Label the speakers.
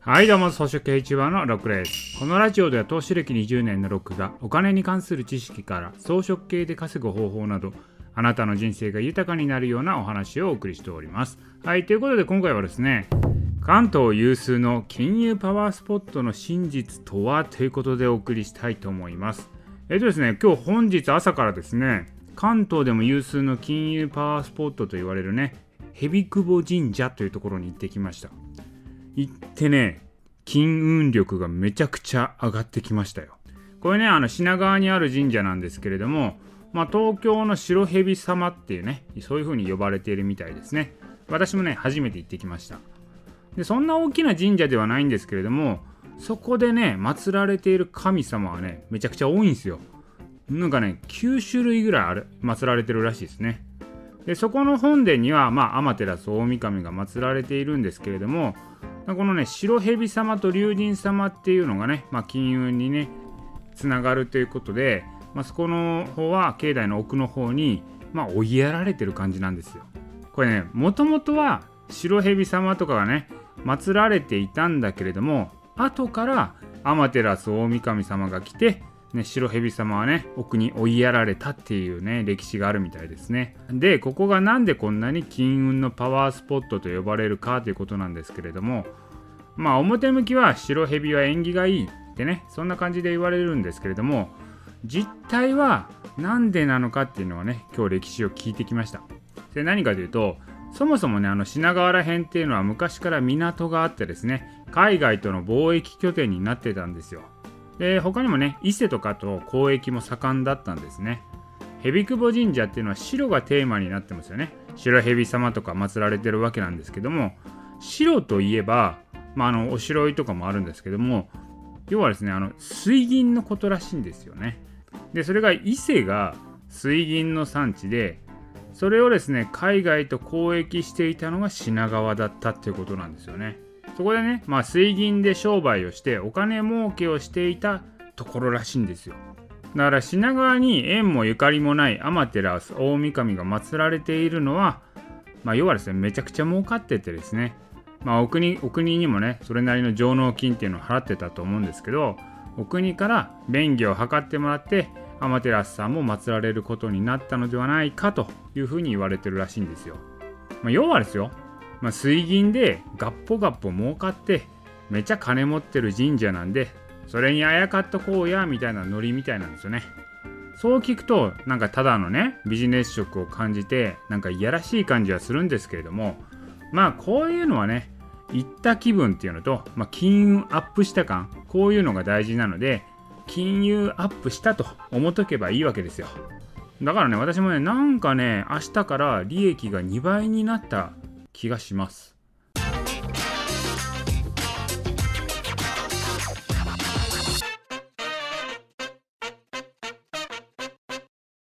Speaker 1: はいどうも、草食系 YouTuber のロックです。このラジオでは投資歴20年のロックがお金に関する知識から草食系で稼ぐ方法など、あなたの人生が豊かになるようなお話をお送りしております。はい、ということで今回はですね、関東有数の金融パワースポットの真実とはということでお送りしたいと思います。ですね、今日本日朝からですね、関東でも有数の金融パワースポットと言われるね、蛇久保神社というところに行ってきました。行ってね、金運力がめちゃくちゃ上がってきましたよ。これね、品川にある神社なんですけれども、東京の白蛇様っていうね、そういう風に呼ばれているみたいですね。私もね、初めて行ってきました。で、そんな大きな神社ではないんですけれども、そこでね、祀られている神様はね、めちゃくちゃ多いんですよ。なんかね、9種類ぐらい祀られてるらしいですね。で、そこの本殿には、天照大神が祀られているんですけれども、このね、白蛇様と龍神様っていうのがね、金運にね、つながるということで、そこの方は境内の奥の方に、追いやられてる感じなんですよ。これね、もともとは白蛇様とかがね、祀られていたんだけれども、後から天照大神様が来て、白蛇様はね、奥に追いやられたっていうね、歴史があるみたいですね。で、ここがなんでこんなに金運のパワースポットと呼ばれるかということなんですけれども、表向きは白蛇は縁起がいいってね、そんな感じで言われるんですけれども、実態はなんでなのかっていうのはね、今日歴史を聞いてきました。で、何かというと、そもそもね、品川ら辺っていうのは昔から港があってですね、海外との貿易拠点になってたんですよ。で、他にもね、伊勢とかと交易も盛んだったんですね。蛇久保神社っていうのは白がテーマになってますよね。白蛇様とか祀られてるわけなんですけども、白といえば、おしろいとかもあるんですけども、要はですね、水銀のことらしいんですよね。で、それが伊勢が水銀の産地で、それをですね、海外と交易していたのが品川だったっていうことなんですよね。そこでね、水銀で商売をしてお金儲けをしていたところらしいんですよ。だから品川に縁もゆかりもない天照大神が祀られているのは、要はですね、めちゃくちゃ儲かっててですね、お国にもね、それなりの上納金っていうのを払ってたと思うんですけど、お国から便宜を図ってもらって天照さんも祀られることになったのではないかというふうに言われてるらしいんですよ。要はですよ、水銀でガッポガッポ儲かってめちゃ金持ってる神社なんで、それにあやかっとこうやみたいなノリみたいなんですよね。そう聞くとなんかただのね、ビジネス色を感じてなんかいやらしい感じはするんですけれども、こういうのはね、行った気分っていうのと、金運アップした感、こういうのが大事なので、金融アップしたと思っとけばいいわけですよ。だからね、私もね、なんかね、明日から利益が2倍になった気がします。